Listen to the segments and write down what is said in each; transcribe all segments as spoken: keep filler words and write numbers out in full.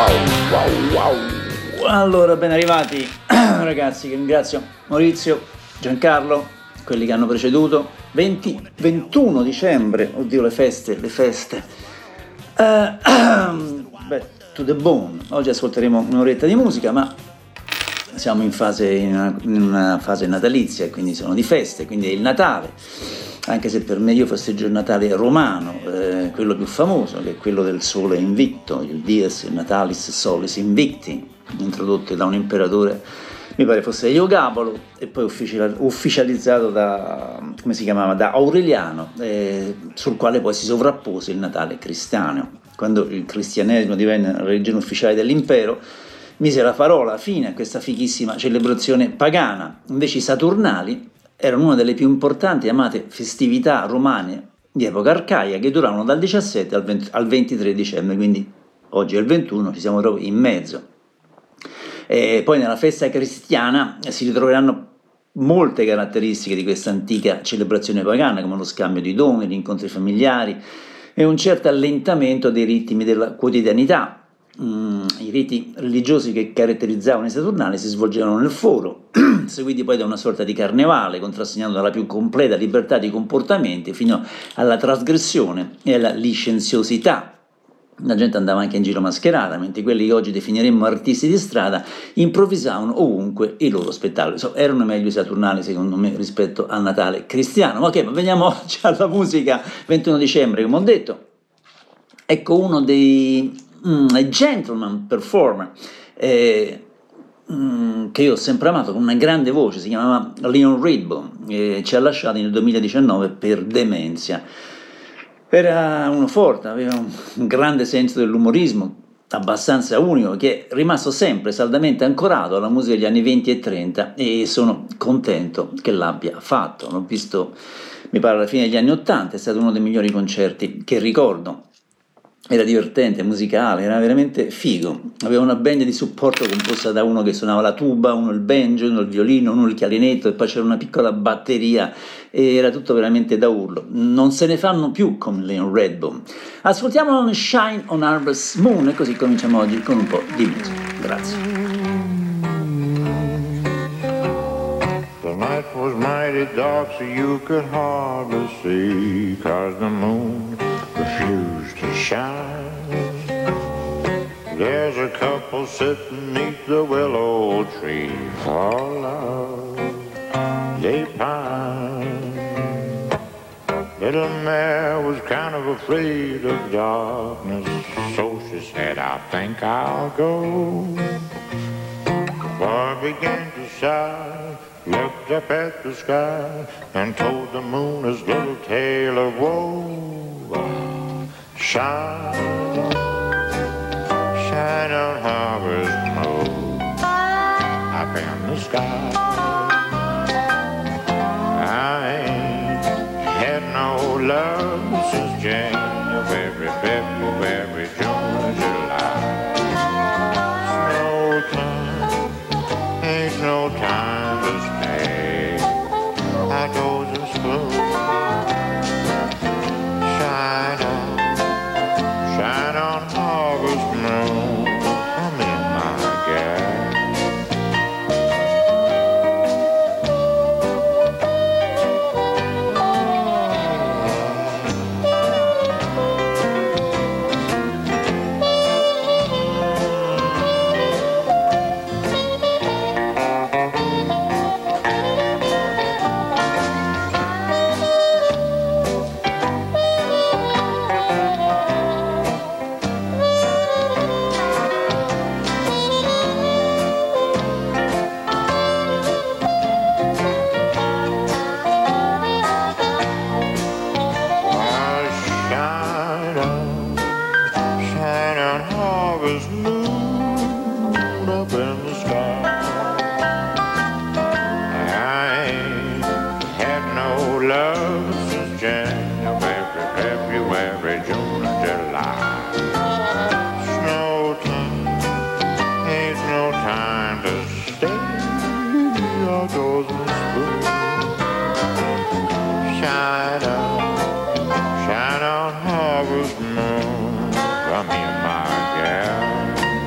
wow, wow. Allora, ben arrivati ragazzi, che ringrazio Maurizio, Giancarlo, quelli che hanno preceduto. venti, ventuno dicembre, oddio le feste, le feste. Uh, beh, to the bone. Oggi ascolteremo un'oretta di musica, ma siamo in fase, in una, in una fase natalizia, quindi sono di feste, quindi è il Natale. Anche se per me io festeggio il Natale romano, eh, quello più famoso, che è quello del sole invicto, il Dies Natalis Solis Invicti, introdotto da un imperatore, mi pare fosse Iogabolo, e poi ufficializzato da, come si chiamava, da Aureliano, eh, sul quale poi si sovrappose il Natale cristiano. Quando il cristianesimo divenne la religione ufficiale dell'impero, mise la parola fine a questa fighissima celebrazione pagana. Invece i Saturnali erano una delle più importanti e amate festività romane di epoca arcaica, che duravano dal diciassette al, venti, al ventitré dicembre, quindi oggi è il ventuno, ci siamo proprio in mezzo. E poi nella festa cristiana si ritroveranno molte caratteristiche di questa antica celebrazione pagana, come lo scambio di doni, gli incontri familiari e un certo allentamento dei ritmi della quotidianità. Mm, I riti religiosi che caratterizzavano i Saturnali si svolgevano nel foro, seguiti poi da una sorta di carnevale, contrassegnato dalla più completa libertà di comportamenti fino alla trasgressione e alla licenziosità. La gente andava anche in giro mascherata, mentre quelli che oggi definiremmo artisti di strada improvvisavano ovunque i loro spettacoli. So, erano meglio i Saturnali, secondo me, rispetto al Natale cristiano. Ma ok, ma veniamo oggi alla musica. ventuno dicembre, come ho detto, ecco uno dei mm, gentleman performer eh, mm, che io ho sempre amato, con una grande voce. Si chiamava Leon Ridbone, e ci ha lasciati nel duemiladiciannove per demenza. Era uno forte, aveva un grande senso dell'umorismo, abbastanza unico, che è rimasto sempre saldamente ancorato alla musica degli anni venti e trenta, e sono contento che l'abbia fatto. L'ho visto, mi pare, alla fine degli anni ottanta, è stato uno dei migliori concerti che ricordo. Era divertente, musicale, era veramente figo. Aveva una band di supporto composta da uno che suonava la tuba, uno il banjo, uno il violino, uno il clarinetto, e poi c'era una piccola batteria, e era tutto veramente da urlo. Non se ne fanno più come Leon Ridbone. Ascoltiamo Shine on Harvest Moon, e così cominciamo oggi con un po' di musica. Grazie. The night was mighty dark, so you could hardly see, 'cause the moon refused to shine. There's a couple sitting neath the willow tree, for love they pine. Little Mare was kind of afraid of darkness, so she said, I think I'll go. The boy began to sigh, looked up at the sky, and told the moon his little tale of woe. Shine, shine on Harvest Moon, up in the sky. I ain't had no love since January, February, June, July. It's no time, ain't no time to stay. I goes and spoon, shine on. Shine on Harvest Moon, come in, my gal. Shine on Harvest Moon, come here, my gal.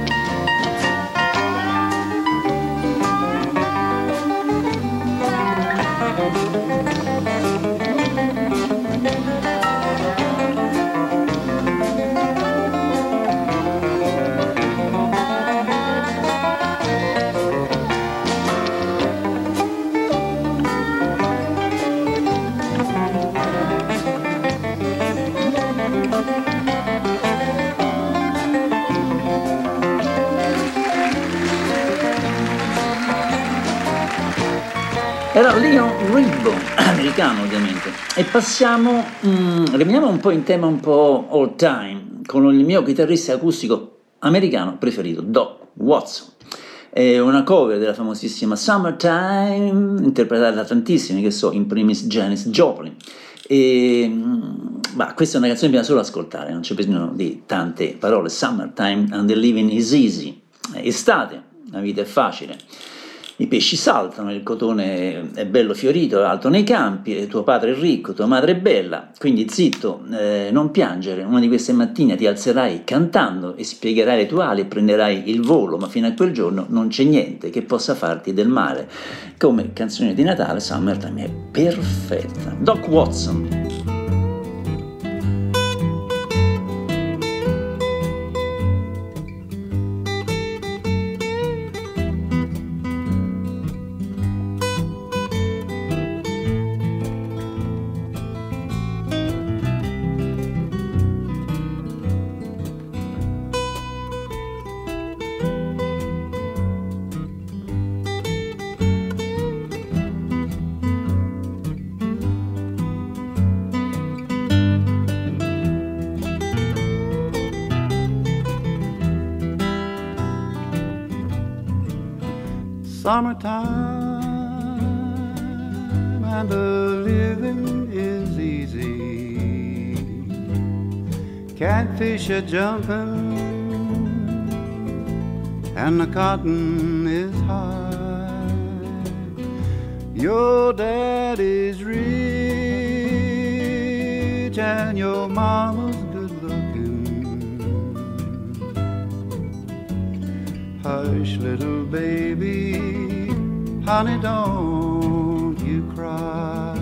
Era Leon Rigbo, americano ovviamente. E passiamo, mm, rimaniamo un po' in tema un po' old time, con il mio chitarrista acustico americano preferito, Doc Watson. È una cover della famosissima Summertime, interpretata da tantissimi, che so, in primis Janis Joplin. E, bah, questa è una canzone che bisogna solo ascoltare, non c'è bisogno di tante parole. Summertime and the living is easy. Estate, la vita è facile. I pesci saltano, il cotone è bello fiorito, è alto nei campi, tuo padre è ricco, tua madre è bella, quindi zitto, eh, non piangere, una di queste mattine ti alzerai cantando e spiegherai le tue ali e prenderai il volo, ma fino a quel giorno non c'è niente che possa farti del male. Come canzone di Natale, Summertime è perfetta. Doc Watson. Summertime and the living is easy. Catfish are jumping and the cotton is high. Your daddy's rich and your mama's good looking. Hush, little baby, honey, don't you cry.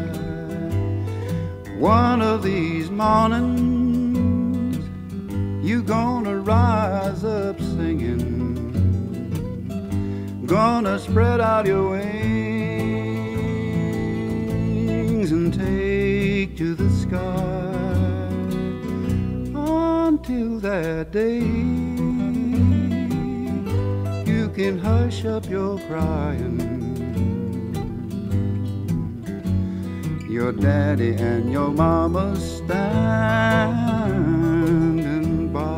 One of these mornings you gonna rise up singing, gonna spread out your wings and take to the sky. Until that day you can hush up your crying. Your daddy and your mama standing by.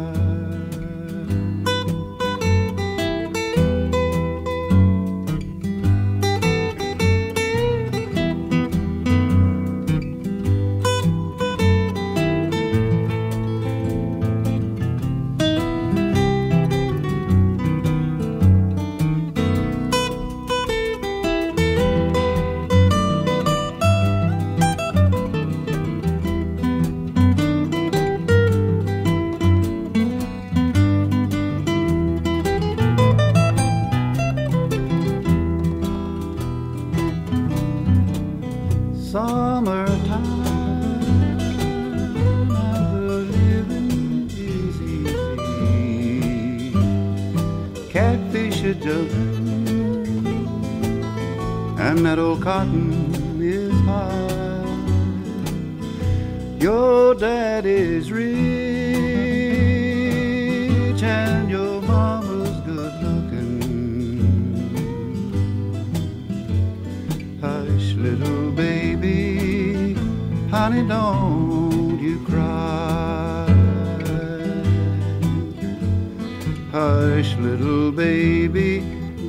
And that old cotton is high. Your daddy's rich and your mama's good looking. Hush, little baby, honey, don't you cry. Hush, little baby,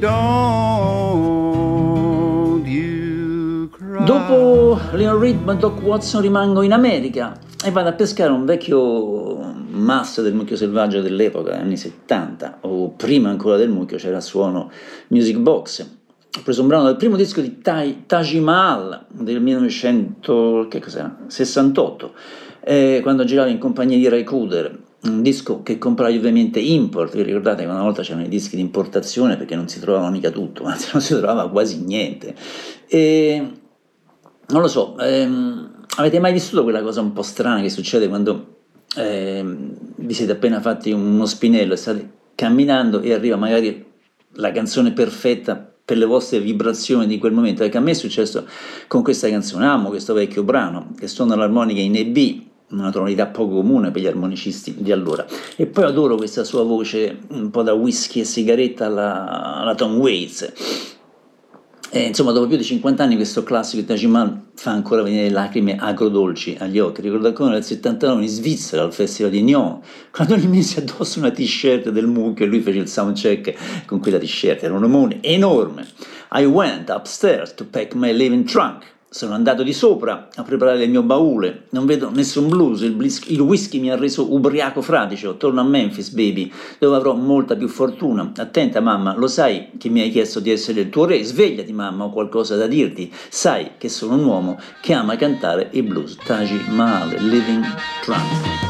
don't you cry. Dopo Leon Rigbo e Doc Watson rimango in America e vado a pescare un vecchio must del mucchio selvaggio dell'epoca, anni settanta, o prima ancora del mucchio c'era il suono Music Box. Ho preso un brano dal primo disco di Tai, Taj Mahal del millenovecentosessantotto, eh, quando giravo in compagnia di Ray Cooder, un disco che comprai ovviamente import. Vi ricordate che una volta c'erano i dischi di importazione perché non si trovava mica tutto, anzi non si trovava quasi niente. E non lo so, ehm, avete mai vissuto quella cosa un po' strana che succede quando ehm, vi siete appena fatti uno spinello e state camminando e arriva magari la canzone perfetta per le vostre vibrazioni di quel momento? Perché a me è successo con questa canzone. Amo questo vecchio brano che suona l'armonica in E B, una tonalità poco comune per gli armonicisti di allora, e poi adoro questa sua voce un po' da whisky e sigaretta alla, alla Tom Waits. E, insomma, dopo più di cinquanta anni questo classico di Taj Mahal fa ancora venire lacrime agrodolci agli occhi. Ricordo ancora nel settantanove in Svizzera al festival di Nyon, quando gli mise addosso una t-shirt del Munch e lui fece il soundcheck con quella t-shirt, era un omone enorme. I went upstairs to pack my living trunk. Sono andato di sopra a preparare il mio baule, non vedo nessun blues, il, blis- il whisky mi ha reso ubriaco fradicio, torno a Memphis, baby, dove avrò molta più fortuna. Attenta mamma, lo sai che mi hai chiesto di essere il tuo re? Svegliati mamma, ho qualcosa da dirti. Sai che sono un uomo che ama cantare il blues. Taj Mahal, Living Trunk.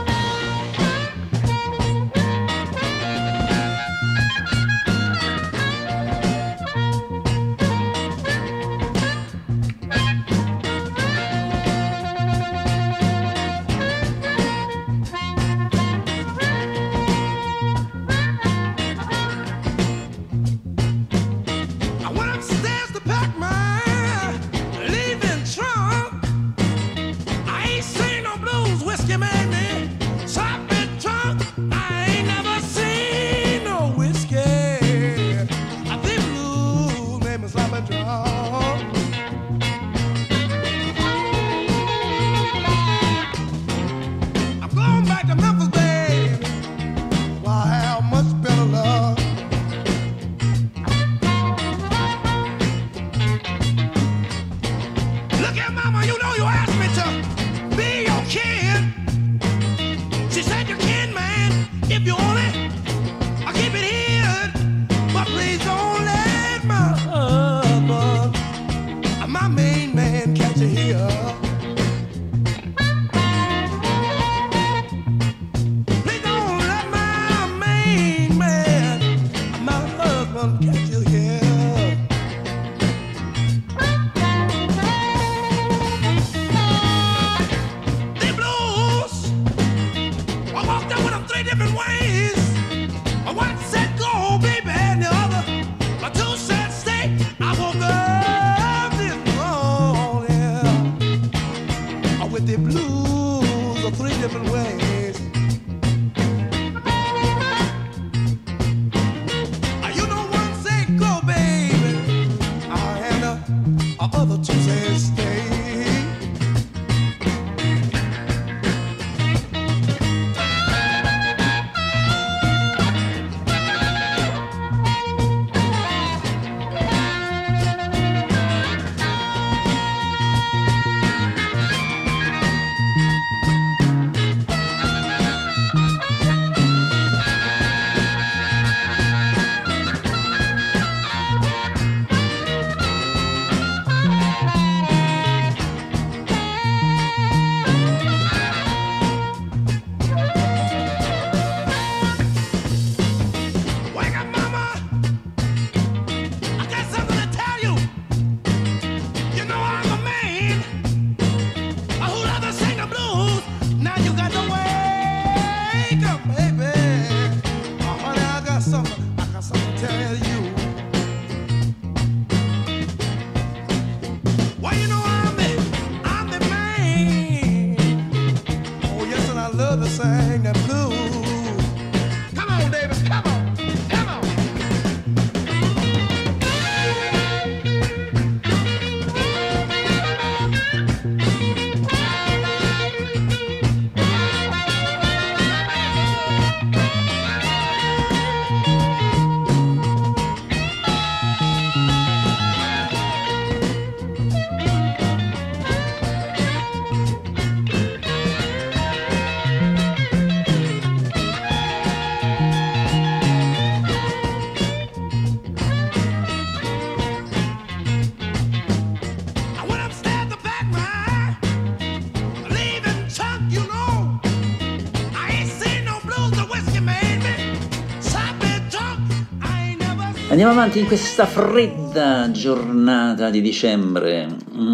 Andiamo avanti in questa fredda giornata di dicembre.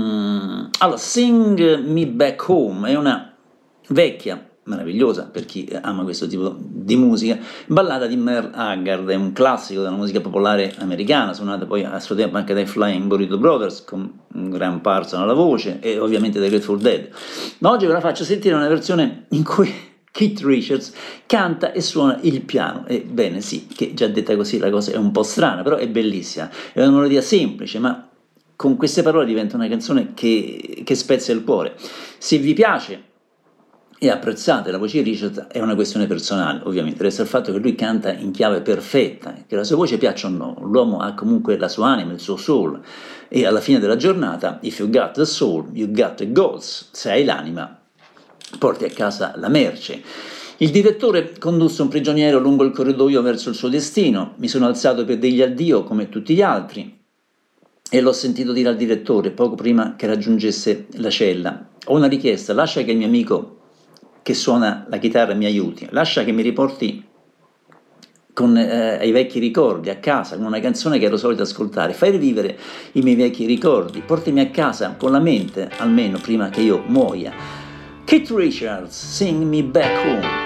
Mm. Allora, Sing Me Back Home è una vecchia, meravigliosa per chi ama questo tipo di musica, ballata di Merle Haggard, è un classico della musica popolare americana, suonata poi a suo tempo anche dai Flying Burrito Brothers, con Graham Parsons alla voce e ovviamente dai Grateful Dead. Ma oggi ve la faccio sentire una versione in cui Keith Richards canta e suona il piano. Ebbene sì, che già detta così la cosa è un po' strana, però è bellissima, è una melodia semplice ma con queste parole diventa una canzone che, che spezza il cuore. Se vi piace e apprezzate la voce di Richard è una questione personale, ovviamente, resta il fatto che lui canta in chiave perfetta, che la sua voce piaccia o no, l'uomo ha comunque la sua anima, il suo soul, e alla fine della giornata, if you got the soul, you got the goals, se hai l'anima, porti a casa la merce. Il direttore condusse un prigioniero lungo il corridoio verso il suo destino, mi sono alzato per dirgli addio come tutti gli altri, e l'ho sentito dire al direttore, poco prima che raggiungesse la cella, ho una richiesta, lascia che il mio amico che suona la chitarra mi aiuti, lascia che mi riporti con, eh, ai vecchi ricordi a casa, con una canzone che ero solito ascoltare, fai rivivere i miei vecchi ricordi, portami a casa con la mente, almeno prima che io muoia. Keith Richards, Sing Me Back Home.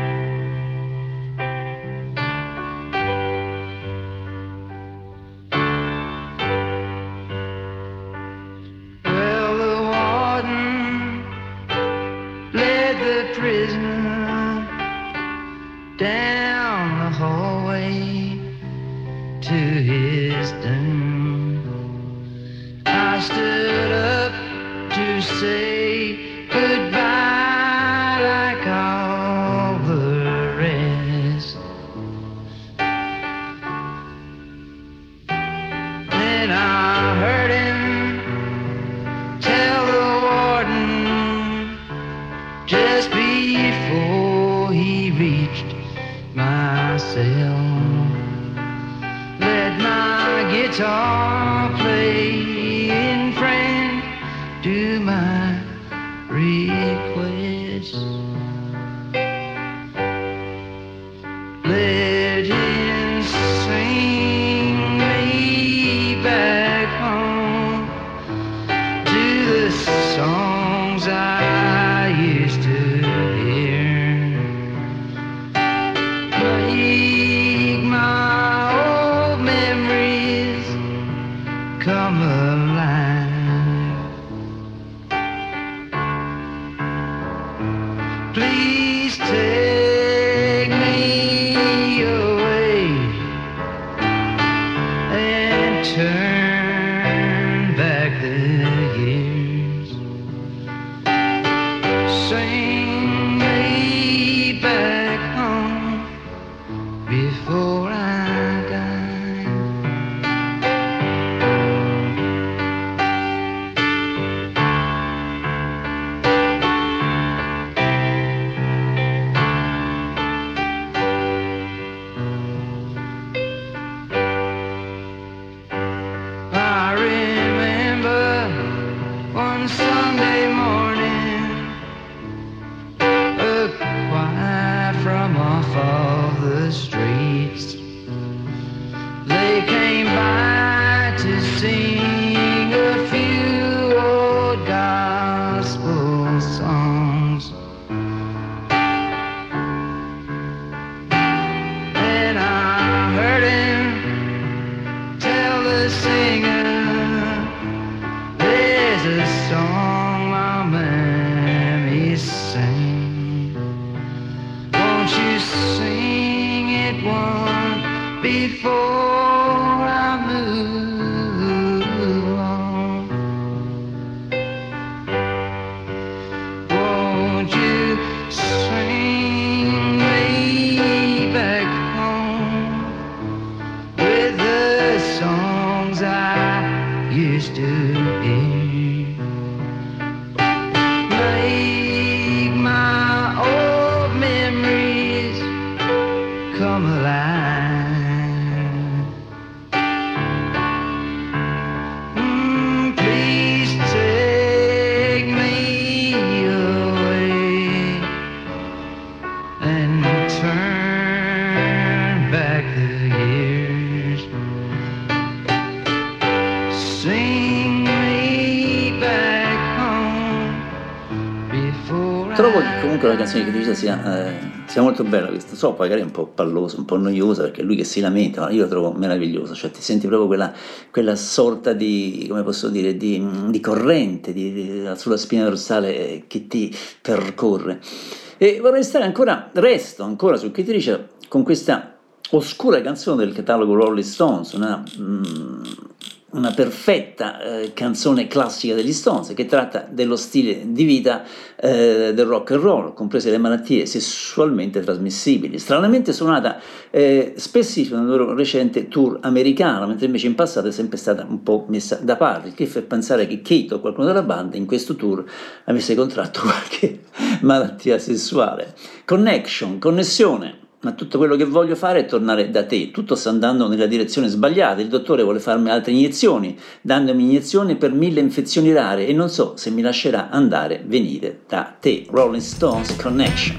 Trovo che comunque la canzone che dice sia, eh, sia molto bella questa, so, magari è un po' pallosa, un po' noiosa, perché è lui che si lamenta, ma io la trovo meravigliosa, cioè ti senti proprio quella, quella sorta di, come posso dire, di, di corrente di, di, sulla spina dorsale che ti percorre. E vorrei stare ancora, resto ancora su Keith Richards con questa oscura canzone del catalogo Rolling Stones, una... Mm, una perfetta eh, canzone classica degli Stones che tratta dello stile di vita eh, del rock and roll, comprese le malattie sessualmente trasmissibili, stranamente suonata eh, spessissimo nel loro recente tour americano, mentre invece in passato è sempre stata un po' messa da parte, il che fa pensare che Kate o qualcuno della banda in questo tour avesse contratto qualche malattia sessuale. Connection, connessione. Ma tutto quello che voglio fare è tornare da te, tutto sta andando nella direzione sbagliata, il dottore vuole farmi altre iniezioni, dandomi iniezioni per mille infezioni rare e non so se mi lascerà andare, venire da te. Rolling Stones, Connection.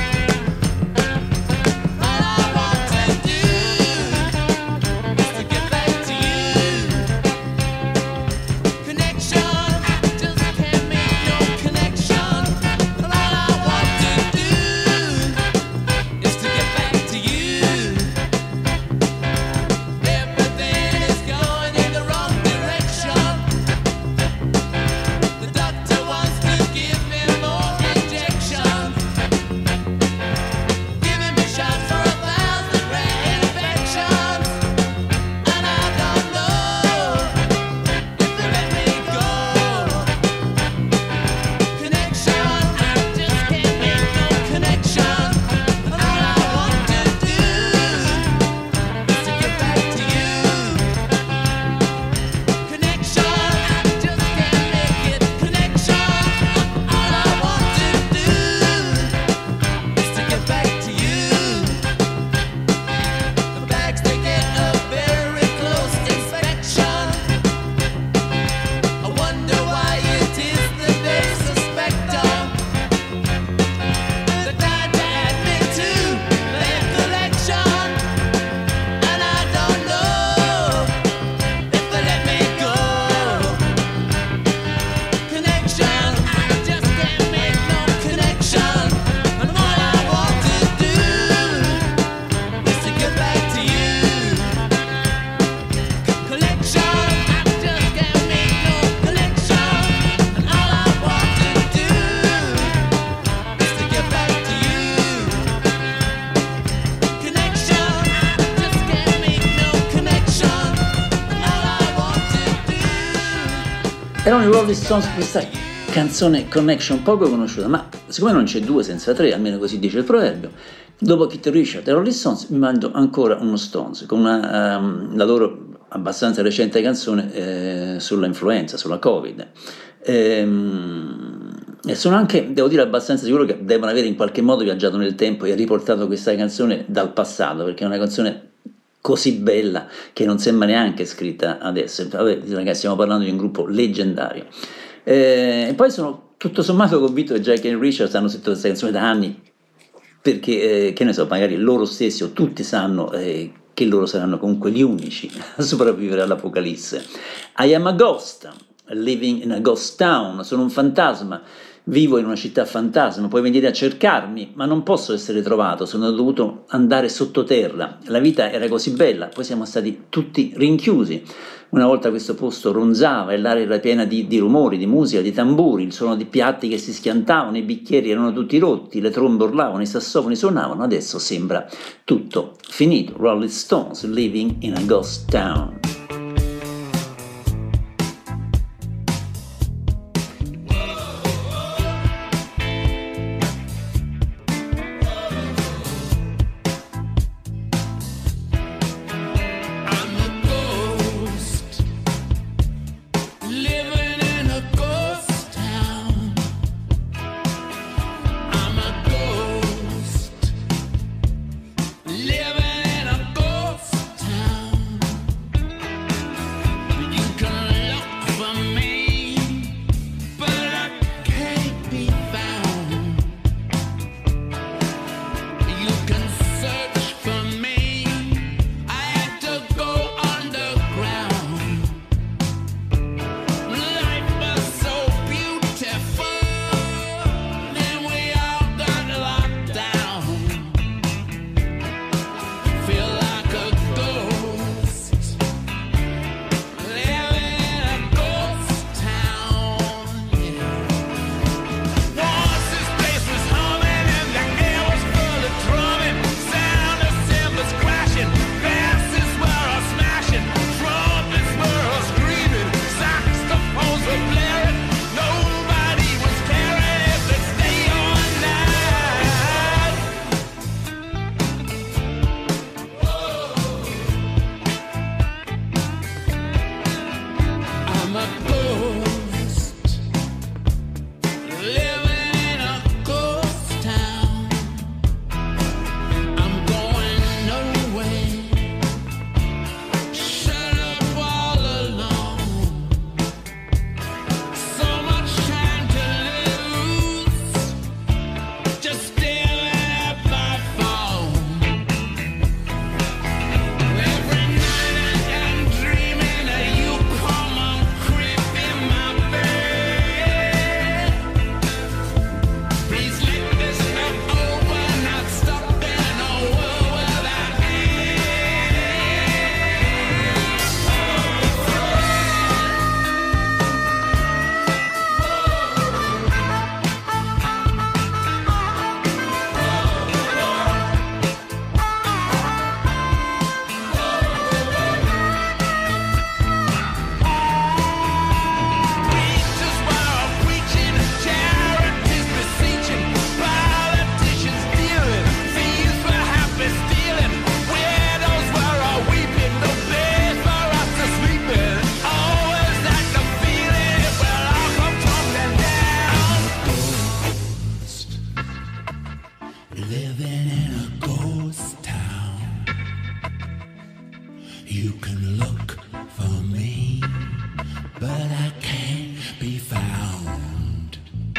Erano i Rolling Stones, questa canzone Connection poco conosciuta, ma siccome non c'è due senza tre, almeno così dice il proverbio, dopo Keith Richards e Rolling Stones mi mangio ancora uno Stones con una, um, la loro abbastanza recente canzone eh, sulla influenza, sulla Covid. Ehm, e sono anche, devo dire, abbastanza sicuro che devono avere in qualche modo viaggiato nel tempo e riportato questa canzone dal passato, perché è una canzone così bella che non sembra neanche scritta adesso. Vabbè, ragazzi, stiamo parlando di un gruppo leggendario. Eh, e poi sono tutto sommato convinto che Jack e Richards hanno scritto questa canzone da anni, perché, eh, che ne so, magari loro stessi o tutti sanno eh, che loro saranno comunque gli unici a sopravvivere all'Apocalisse. I am a ghost, living in a ghost town, sono un fantasma, vivo in una città fantasma, puoi venire a cercarmi, ma non posso essere trovato, sono dovuto andare sottoterra, la vita era così bella, poi siamo stati tutti rinchiusi. Una volta questo posto ronzava e l'aria era piena di, di rumori, di musica, di tamburi, il suono di piatti che si schiantavano, i bicchieri erano tutti rotti, le trombe urlavano, i sassofoni suonavano, adesso sembra tutto finito. Rolling Stones, living in a ghost town. You can look for me, but I can't be found.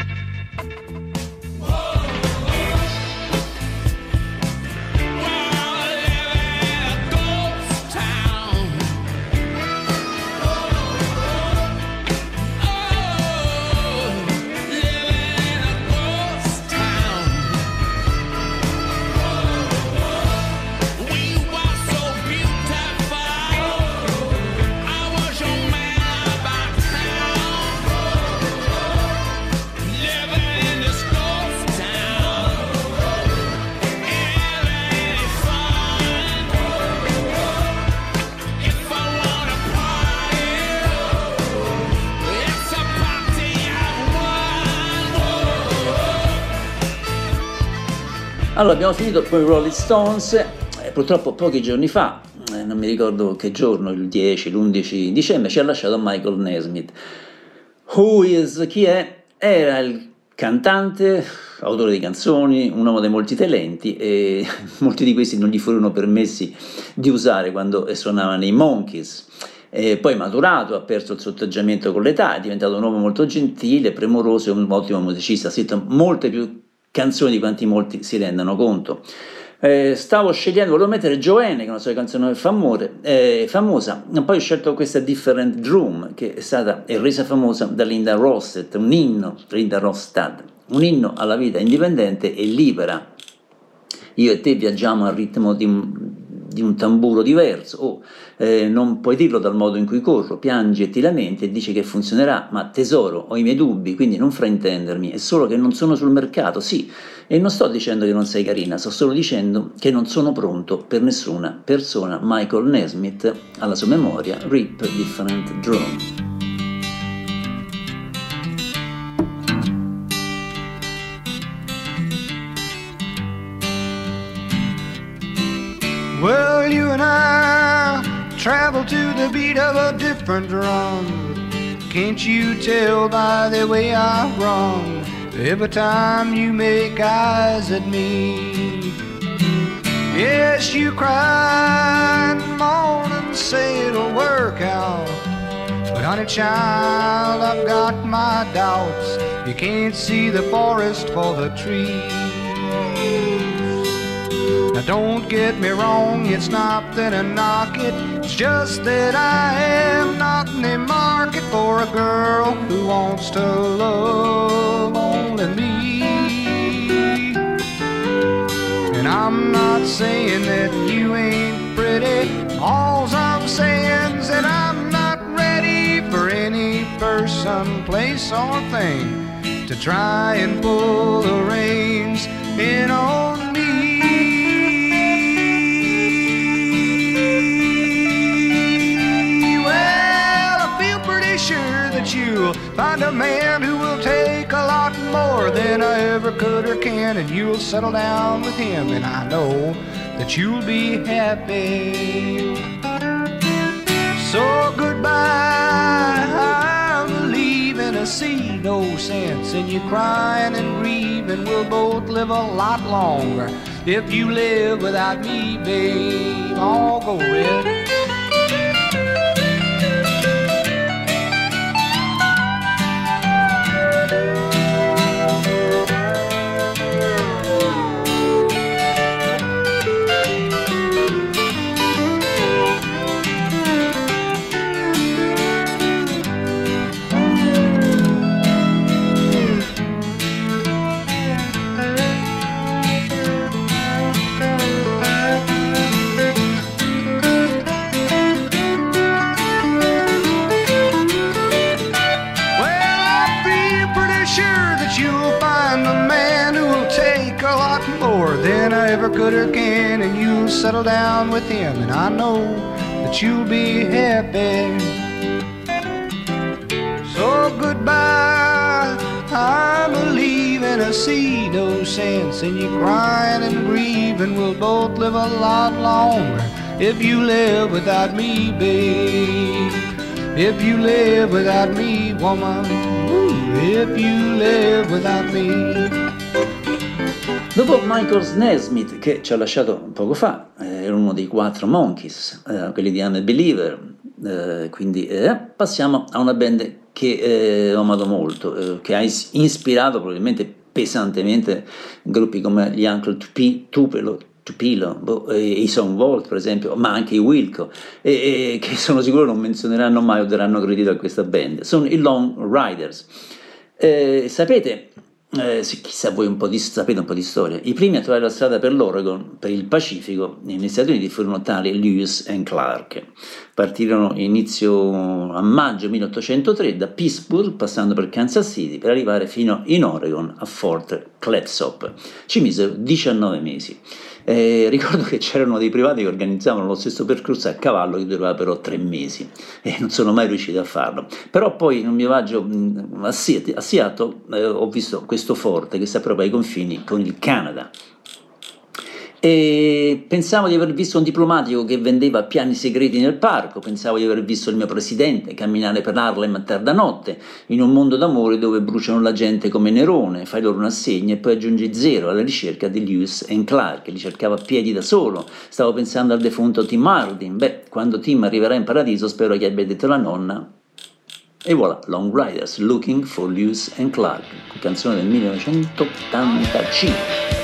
Allora, abbiamo finito con i Rolling Stones, eh, purtroppo pochi giorni fa, eh, non mi ricordo che giorno, il dieci, l'undici dicembre, ci ha lasciato Michael Nesmith. Who is, chi è? Era il cantante, autore di canzoni, un uomo dei molti talenti, e molti di questi non gli furono permessi di usare quando suonava nei Monkees. E poi maturato, ha perso il suo atteggiamento con l'età, è diventato un uomo molto gentile, premuroso e un ottimo musicista, ha scritto molte più canzoni di quanti molti si rendano conto. Eh, stavo scegliendo, volevo mettere Joanne, che è una sua canzone famore, eh, famosa, e poi ho scelto questa Different Drum, che è stata è resa famosa da Linda Ronstadt, un inno, Linda Ronstadt, un inno alla vita indipendente e libera. Io e te viaggiamo al ritmo di un, di un tamburo diverso, oh, eh, non puoi dirlo dal modo in cui corro, piangi e ti lamenti e dici che funzionerà, ma tesoro, ho i miei dubbi, quindi non fraintendermi, è solo che non sono sul mercato, sì, e non sto dicendo che non sei carina, sto solo dicendo che non sono pronto per nessuna persona. Michael Nesmith, alla sua memoria, Rip Different Drum. Well, you and I travel to the beat of a different drum. Can't you tell by the way I run every time you make eyes at me? Yes, you cry and moan and say it'll work out, but honey child, I've got my doubts. You can't see the forest for the trees. Now don't get me wrong, it's not that I knock it, it's just that I am not in the market for a girl who wants to love only me. And I'm not saying that you ain't pretty, all I'm saying is that I'm not ready for any person, place or thing to try and pull the reins in on me. Sure that you'll find a man who will take a lot more than I ever could or can, and you'll settle down with him, and I know that you'll be happy. So goodbye, I'm leaving. I see no sense in you crying and grieving. We'll both live a lot longer if you live without me, babe. I'll go red. Than I ever could or can, and you'll settle down with him, and I know that you'll be happy. So goodbye, I'm a leaving. I see no sense in you crying and grieving. We'll both live a lot longer if you live without me, babe. If you live without me, woman. Ooh, if you live without me. Dopo Michael Nesmith, che ci ha lasciato poco fa, eh, era uno dei quattro Monkees, eh, quelli di I'm a Believer, eh, quindi eh, passiamo a una band che eh, ho amato molto, eh, che ha is- ispirato probabilmente pesantemente gruppi come gli Uncle Tupi- Tupelo, Tupelo, boh, e i Son Volt per esempio, ma anche i Wilco, e, e che sono sicuro non menzioneranno mai o daranno credito a questa band. Sono i Long Riders. Eh, sapete, eh, se chissà voi un po' di, sapete un po' di storia, i primi a trovare la strada per l'Oregon, per il Pacifico, negli Stati Uniti furono tali Lewis and Clark. Partirono inizio a maggio milleottocentotre da Pittsburgh, passando per Kansas City, per arrivare fino in Oregon, a Fort Clatsop. Ci misero diciannove mesi. Eh, ricordo che c'erano dei privati che organizzavano lo stesso percorso a cavallo, che durava però tre mesi, e non sono mai riuscito a farlo. Però poi in un mio viaggio mh, a Seattle, a Seattle eh, ho visto questo forte che sta proprio ai confini con il Canada, e pensavo di aver visto un diplomatico che vendeva piani segreti nel parco, pensavo di aver visto il mio presidente camminare per Harlem a tarda notte, in un mondo d'amore dove bruciano la gente come Nerone, fai loro un assegno e poi aggiungi zero alla ricerca di Lewis and Clark, li cercava a piedi da solo. Stavo pensando al defunto Tim Hardin. Beh, quando Tim arriverà in paradiso spero che abbia detto la nonna. E voilà, Long Riders, Looking for Lewis and Clark, canzone del millenovecentottantacinque.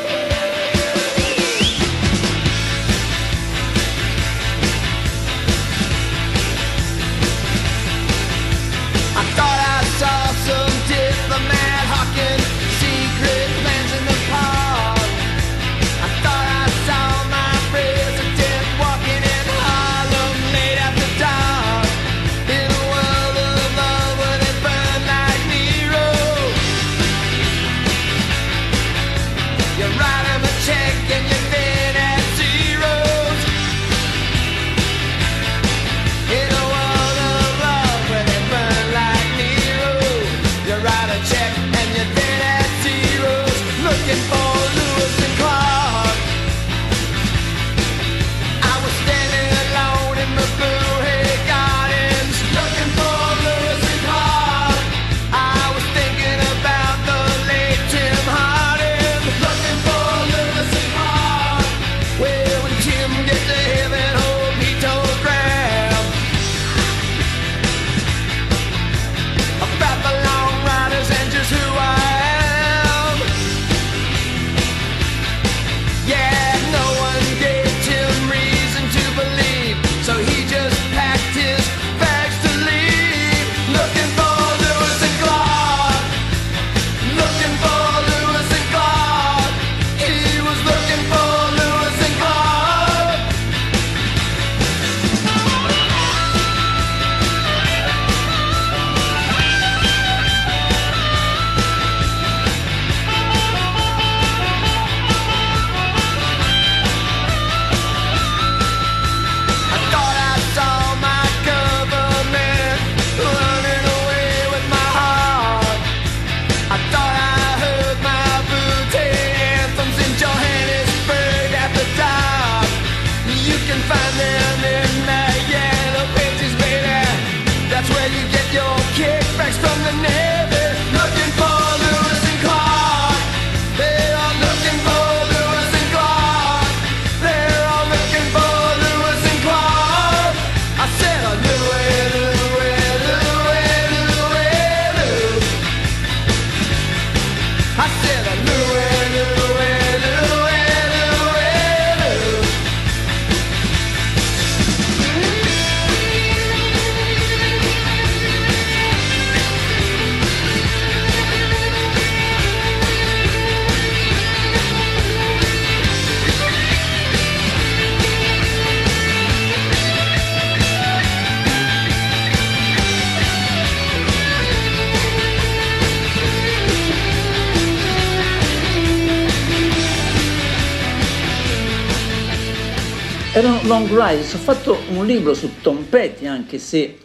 Erano Long Riders. Ho fatto un libro su Tom Petty, anche se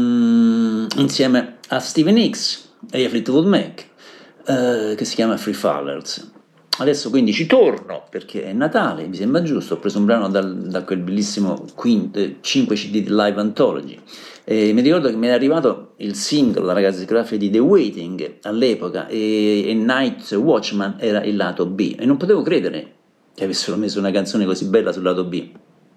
mm, insieme a Steven Hicks e a Fleetwood Mac, eh, che si chiama Free Fallers. Adesso quindi ci torno perché è Natale, mi sembra giusto. Ho preso un brano dal, da quel bellissimo cinque C D di Live Anthology. E mi ricordo che mi era arrivato il singolo dalla casa discografica di The Waiting all'epoca, e, e Night Watchman era il lato B, e non potevo credere che avessero messo una canzone così bella sul lato B.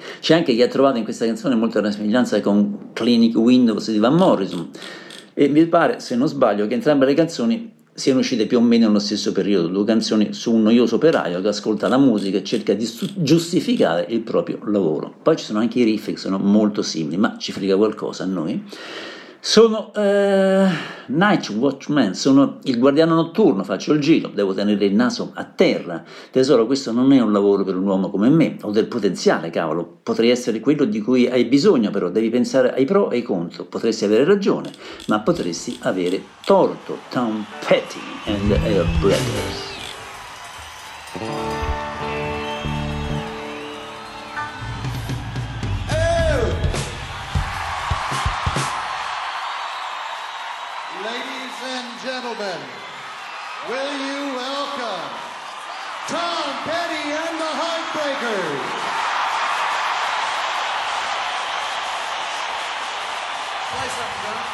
C'è anche chi ha trovato in questa canzone molta somiglianza con Clinic Windows di Van Morrison, e mi pare, se non sbaglio, che entrambe le canzoni siano uscite più o meno nello stesso periodo, due canzoni su un noioso operaio che ascolta la musica e cerca di giustificare il proprio lavoro. Poi ci sono anche i riff che sono molto simili, ma ci frega qualcosa a noi. Sono eh, Night Watchman, sono il guardiano notturno, faccio il giro, devo tenere il naso a terra. Tesoro, questo non è un lavoro per un uomo come me, ho del potenziale, cavolo, potrei essere quello di cui hai bisogno, però devi pensare ai pro e ai contro, potresti avere ragione, ma potresti avere torto. Tom Petty and the Air Brothers. Gentlemen, will you welcome Tom Petty and the Heartbreakers? Play something, John.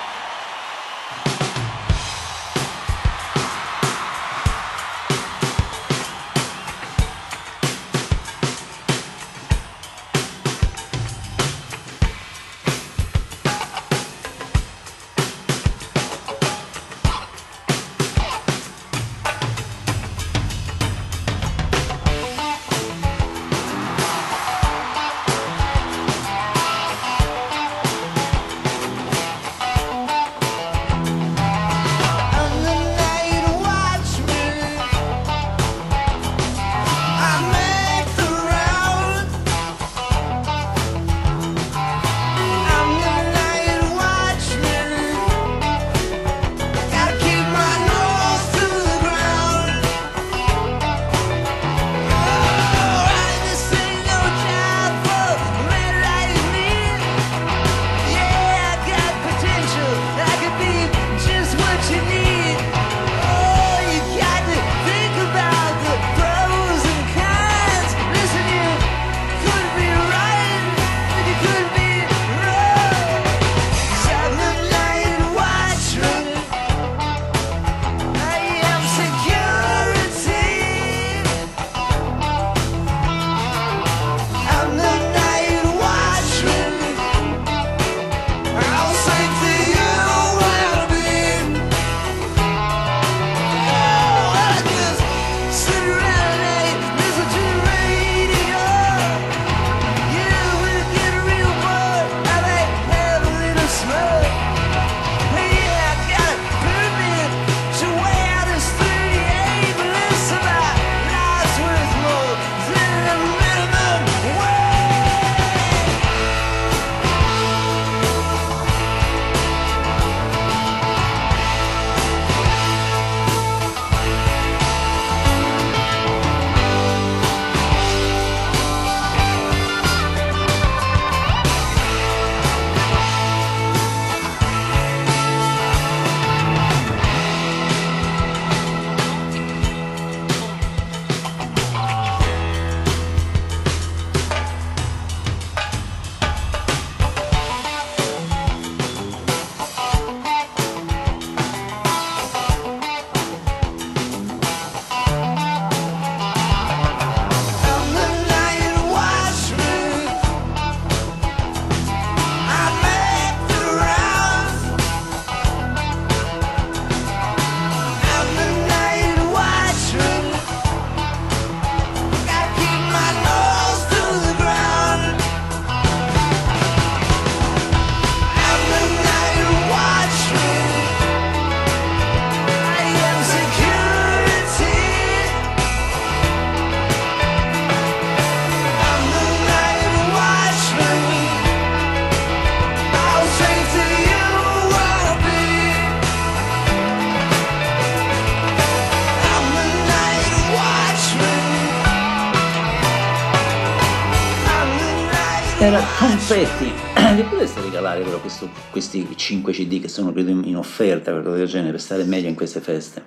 Era Tom Petty. Vi potreste regalare però questo, questi cinque C D che sono credo in, in offerta, qualcosa del genere, per stare meglio in queste feste.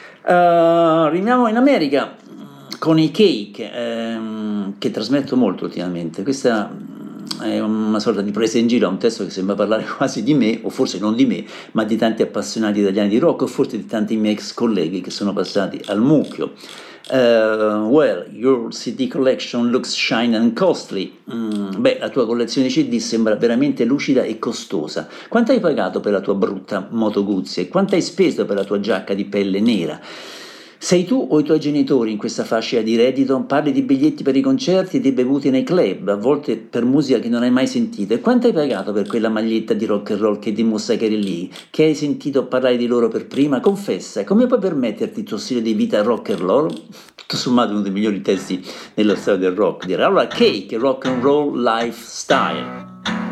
Uh, rimaniamo in America con i Cake, ehm, che trasmetto molto ultimamente. Questa è una sorta di presa in giro a un testo che sembra parlare quasi di me, o forse non di me, ma di tanti appassionati italiani di rock, o forse di tanti miei ex colleghi che sono passati al mucchio. Uh, well, your C D collection looks shiny and costly. Mm, beh, la tua collezione di C D sembra veramente lucida e costosa. Quanto hai pagato per la tua brutta Moto Guzzi? E quanto hai speso per la tua giacca di pelle nera? Sei tu o i tuoi genitori in questa fascia di reddito? Parli di biglietti per i concerti e di bevuti nei club, a volte per musica che non hai mai sentito. E quanto hai pagato per quella maglietta di rock and roll che dimostra che eri lì? Che hai sentito parlare di loro per prima? Confessa, come puoi permetterti il tuo stile di vita rock and roll? Tutto sommato uno dei migliori testi nella storia del rock, direi. Allora, Cake, rock and roll lifestyle.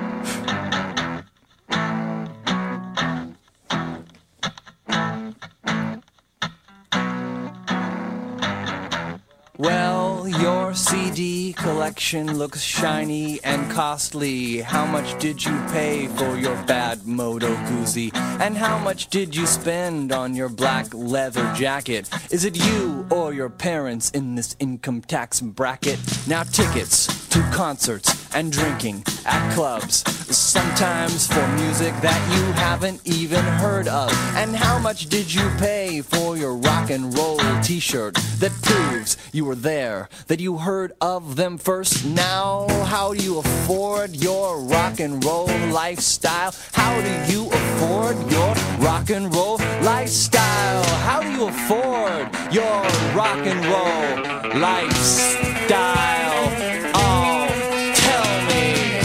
Well, your C D collection looks shiny and costly. How much did you pay for your bad Moto Guzzi? And how much did you spend on your black leather jacket? Is it you or your parents in this income tax bracket? Now tickets to concerts and drinking at clubs, sometimes for music that you haven't even heard of. And how much did you pay for your rock and roll t-shirt that proves you were there, that you heard of them first? Now, how do you afford your rock and roll lifestyle? How do you afford your rock and roll lifestyle? How do you afford your rock and roll lifestyle? Oh, tell me.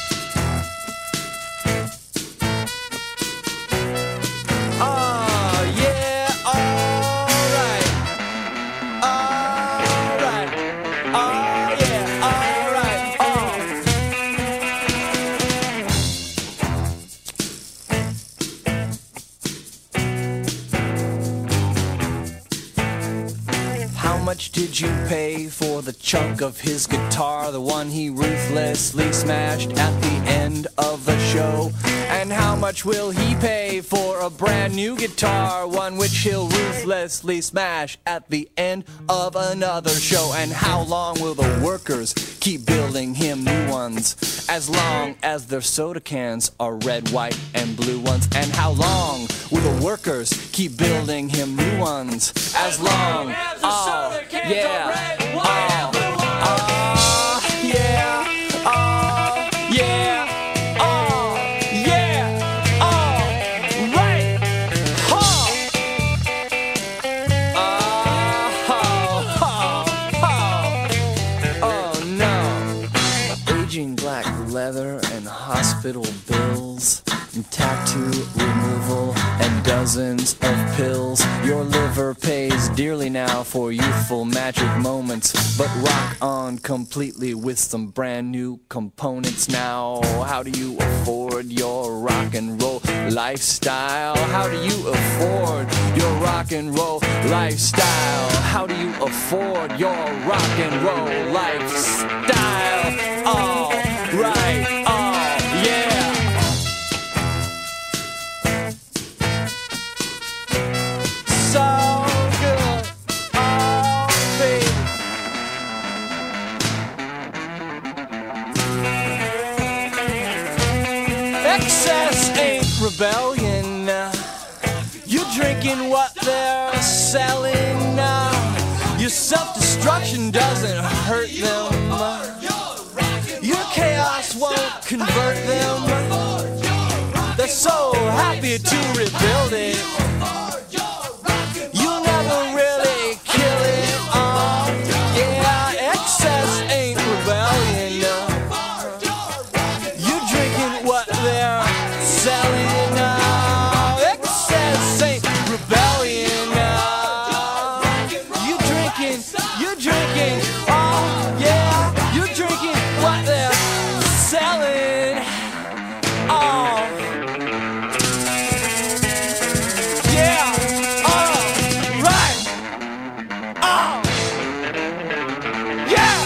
Oh, yeah, all right. All right. Oh, yeah, all right. Oh. How much did you pay for the chunk of his guitar, the one he ruthlessly smashed at the end of the show? And how much will he pay for a brand new guitar, one which he'll ruthlessly smash at the end of another show? And how long will the workers keep building him new ones, as long as their soda cans are red, white, and blue ones? And how long will the workers keep building him new ones, as long as the soda cans are red, white, and blue ones? Oh, yeah, oh, yeah, oh, yeah, oh, right, huh. Oh, oh, oh, oh, no. Aging black leather and hospital bills, and tattoo removal and dozens of pills. Your liver pays dearly now for youthful magic moments, but rock on completely with some brand new components. Now, how do you afford your rock and roll lifestyle? How do you afford your rock and roll lifestyle? How do you afford your rock and roll lifestyle? All right, oh yeah. So good, oh baby. Excess ain't rebellion. You're drinking what they're selling. Your self-destruction doesn't hurt them. Your chaos won't convert them. They're so happy to rebuild it. You'll never really kill it. Oh, yeah, excess ain't rebellion. You're drinking what they're selling. Oh, excess ain't rebellion. You're drinking, you're drinking. Oh, yeah, you're drinking what they're selling. Oh, yeah, oh, right, oh, yeah,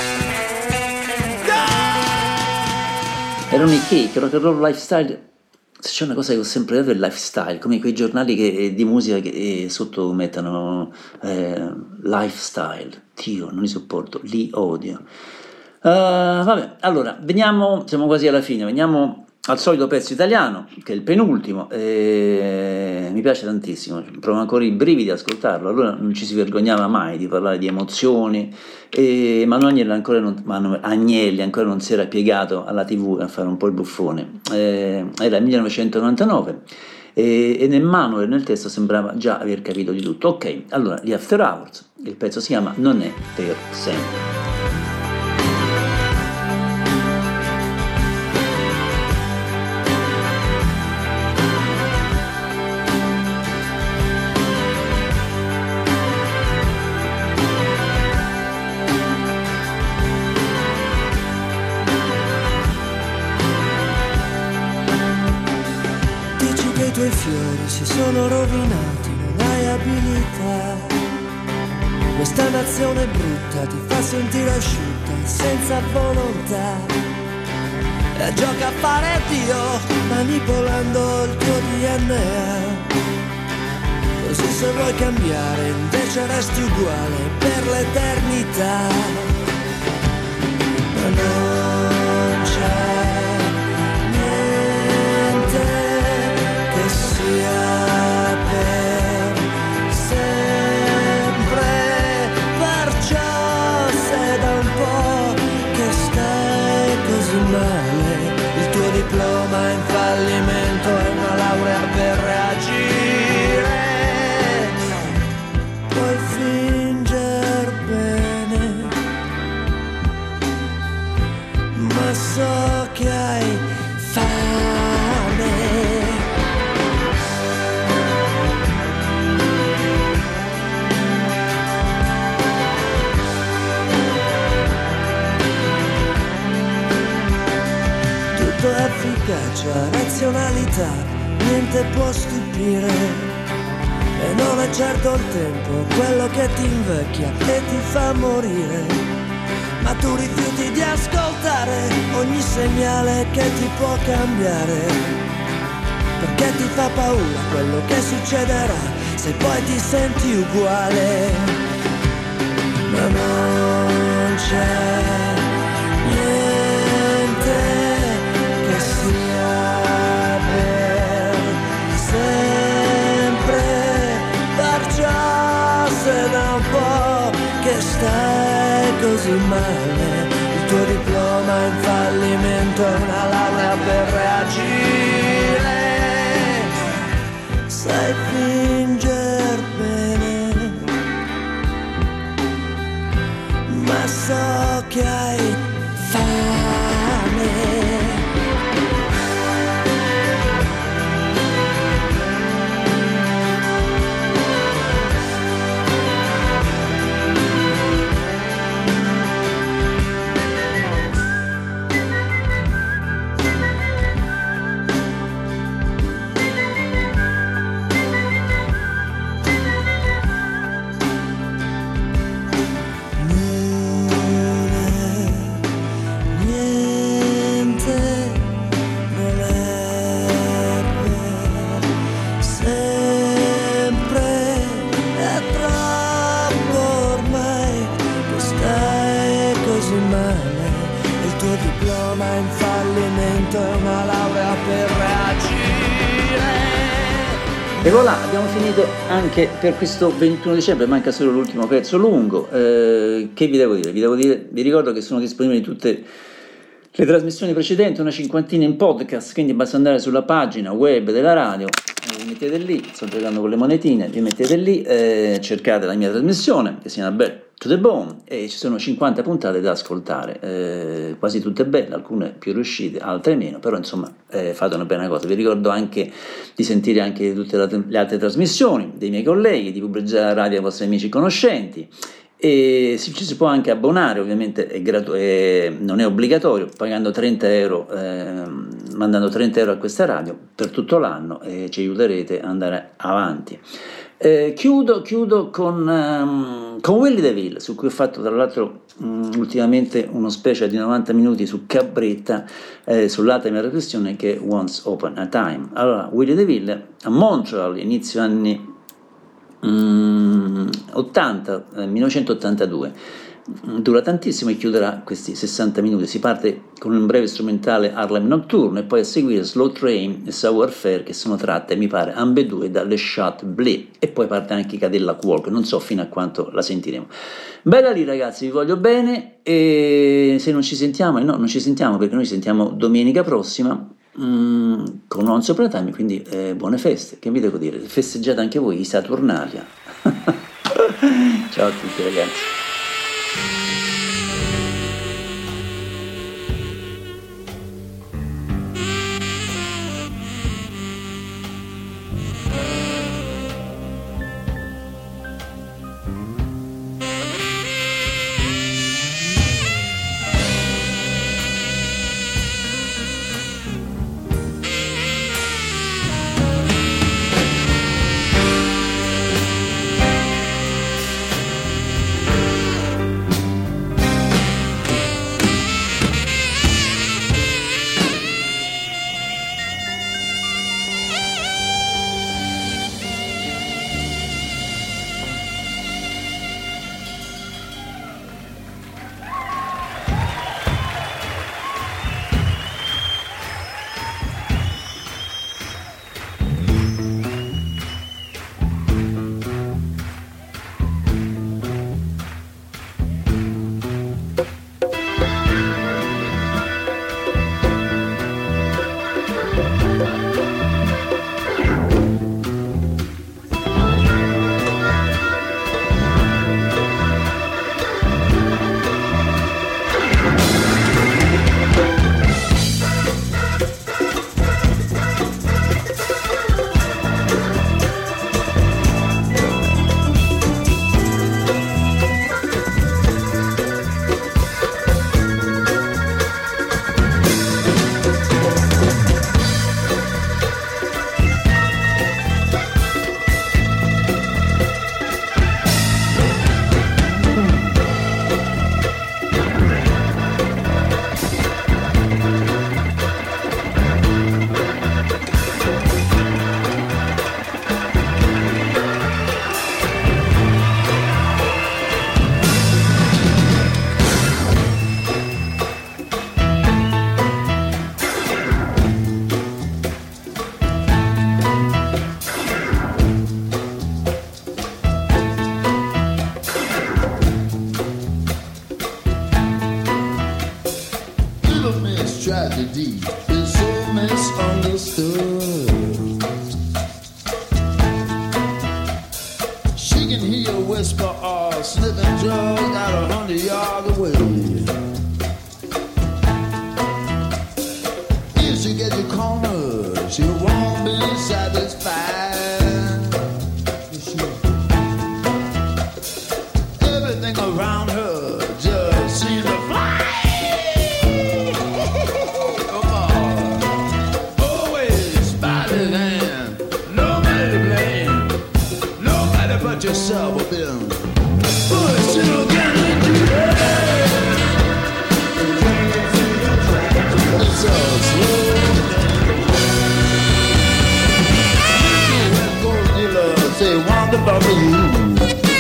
yeah. Erano i Cake, rock and roll lifestyle. Se c'è una cosa che ho sempre detto è il lifestyle, come quei giornali che, di musica che eh, sotto mettono eh, lifestyle. Dio, non li sopporto, li odio. Uh, vabbè, allora, veniamo, siamo quasi alla fine, veniamo al solito pezzo italiano, che è il penultimo, e mi piace tantissimo, provo ancora i brividi ad ascoltarlo. Allora non ci si vergognava mai di parlare di emozioni, e Manuel Agnelli ancora non, Manuel Agnelli ancora non si era piegato alla tivù a fare un po' il buffone. Eh, era il millenovecentonovantanove e, e nel manuale, nel testo, sembrava già aver capito di tutto. Ok, allora gli After Hours, il pezzo si chiama Non è per sempre. I tuoi fiori si sono rovinati, non hai abilità. Questa nazione brutta ti fa sentire asciutta e senza volontà. E gioca a fare Dio, manipolando il tuo D N A. Così se vuoi cambiare invece resti uguale per l'eternità. Ma non c'è per sempre, perciò se da un po' che stai così male, il tuo diploma è in fallimento e una laurea per reagire, puoi fingere bene, ma so che hai fame. Efficacia, razionalità, niente può stupire. E non è certo il tempo quello che ti invecchia e ti fa morire. Ma tu rifiuti di ascoltare ogni segnale che ti può cambiare. Perché ti fa paura quello che succederà se poi ti senti uguale. Ma non c'è se da un po' che stai così male, il tuo diploma è in fallimento e una laurea per reagire, sai finger bene, ma so che hai fame. E voilà, abbiamo finito anche per questo ventuno dicembre, manca solo l'ultimo pezzo lungo. Eh, che vi devo dire? Vi devo dire, vi ricordo che sono disponibili tutte le trasmissioni precedenti, una cinquantina in podcast, quindi basta andare sulla pagina web della radio, vi mettete lì, sto giocando con le monetine, vi mettete lì, eh, cercate la mia trasmissione, che si chiama Bell to the Bone, e ci sono cinquanta puntate da ascoltare, eh, quasi tutte belle, alcune più riuscite, altre meno, però insomma eh, fate una bella cosa. Vi ricordo anche di sentire anche tutte le altre trasmissioni dei miei colleghi, di pubblicare la radio ai vostri amici e conoscenti, e ci si può anche abbonare, ovviamente è gratu- è, non è obbligatorio, pagando trenta euro, eh, mandando trenta euro a questa radio per tutto l'anno, e ci aiuterete ad andare avanti. Eh, chiudo, chiudo con, um, con Willie DeVille, su cui ho fatto tra l'altro um, ultimamente uno special di novanta minuti su Cabretta, eh, sull'altra mia riflessione, che è Once Upon a Time. Allora, Willie DeVille a Montreal, inizio anni mm, ottanta, eh, millenovecentottantadue, dura tantissimo e chiuderà questi sessanta minuti. Si parte con un breve strumentale Harlem Nocturne e poi a seguire Slow Train e Savoir Faire, che sono tratte, mi pare, ambedue dalle Shot Bleu, e poi parte anche Cadillac Walk, non so fino a quanto la sentiremo. Bella lì ragazzi, vi voglio bene, e se non ci sentiamo, e no, non ci sentiamo perché noi ci sentiamo domenica prossima mm, con Once Upon a Time, quindi eh, buone feste, che vi devo dire, festeggiate anche voi i Saturnalia. Ciao a tutti ragazzi. Tragedy is so misunderstood. She can hear a whisper or sniffing drugs out a hundred yards away. If she gets your corner, she won't be satisfied. Everything around her just seems to fly. Yourself a bit pushing again into the air. It's so slow. Let go, dealer, say wonderful for you.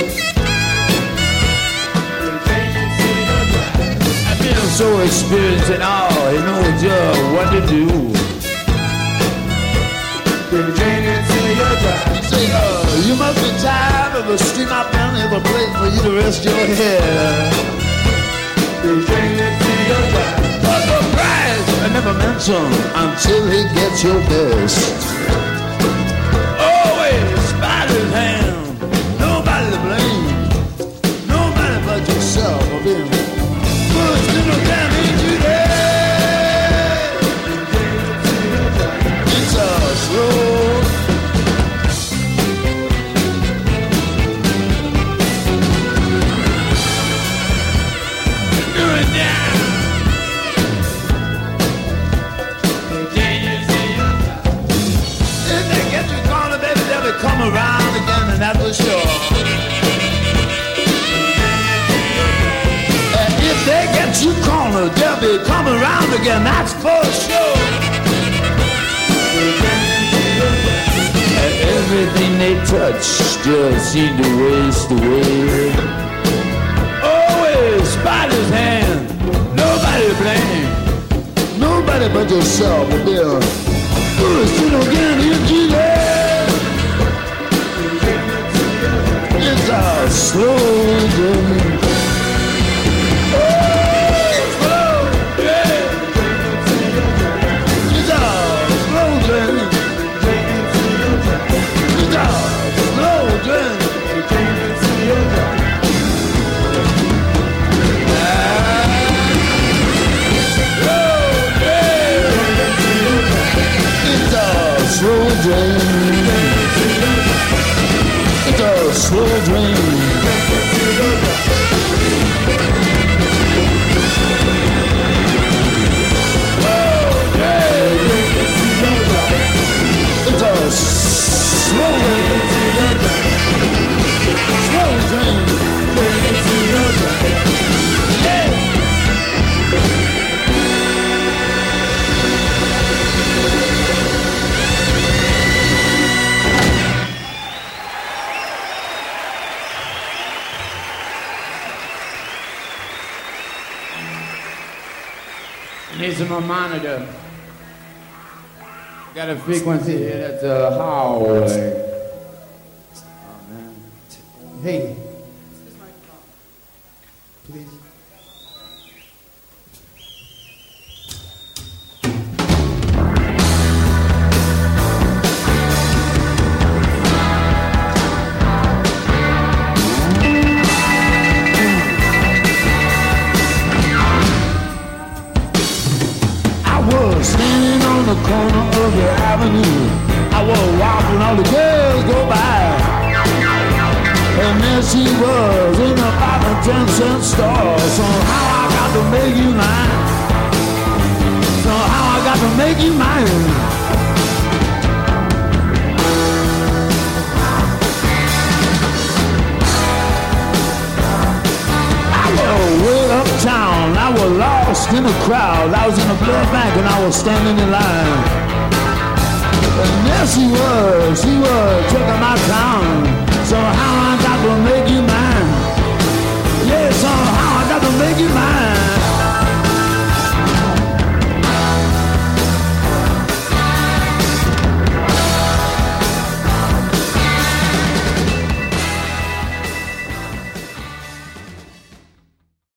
I feel so experienced and all, you know just what to do. Say, uh, you must be tired of the street I've been in a place for you to rest your head. But the price I never mention until he gets your best. Always by his hand, nobody to blame, nobody but yourself of him. Push little down into there. It's a slow. Come around again, and that's for sure. And if they get you cornered, they'll be coming around again, that's for sure. And everything they touch just seem to waste away. Always Spider's hand, nobody to blame. Nobody but yourself will be a foolish little again in Jesus. It's a slow journey. Oh, slow journey. It's a slow journey. It's a slow journey. Slow drain. It's a slow drain. It's a slow drain. Slow drain. Yeah. Need some monitor. Got a frequency here that's a hallway. Oh man. Hey. Please. Standing on the corner of the avenue, I was watching all the girls go by, and there she was in a five and ten cent store. Somehow I got to make you mine. Somehow I got to make you mine. Way uptown, I was lost in the crowd. I was in a blood bank and I was standing in line. And there she was, she was checking my town. So how I got to make you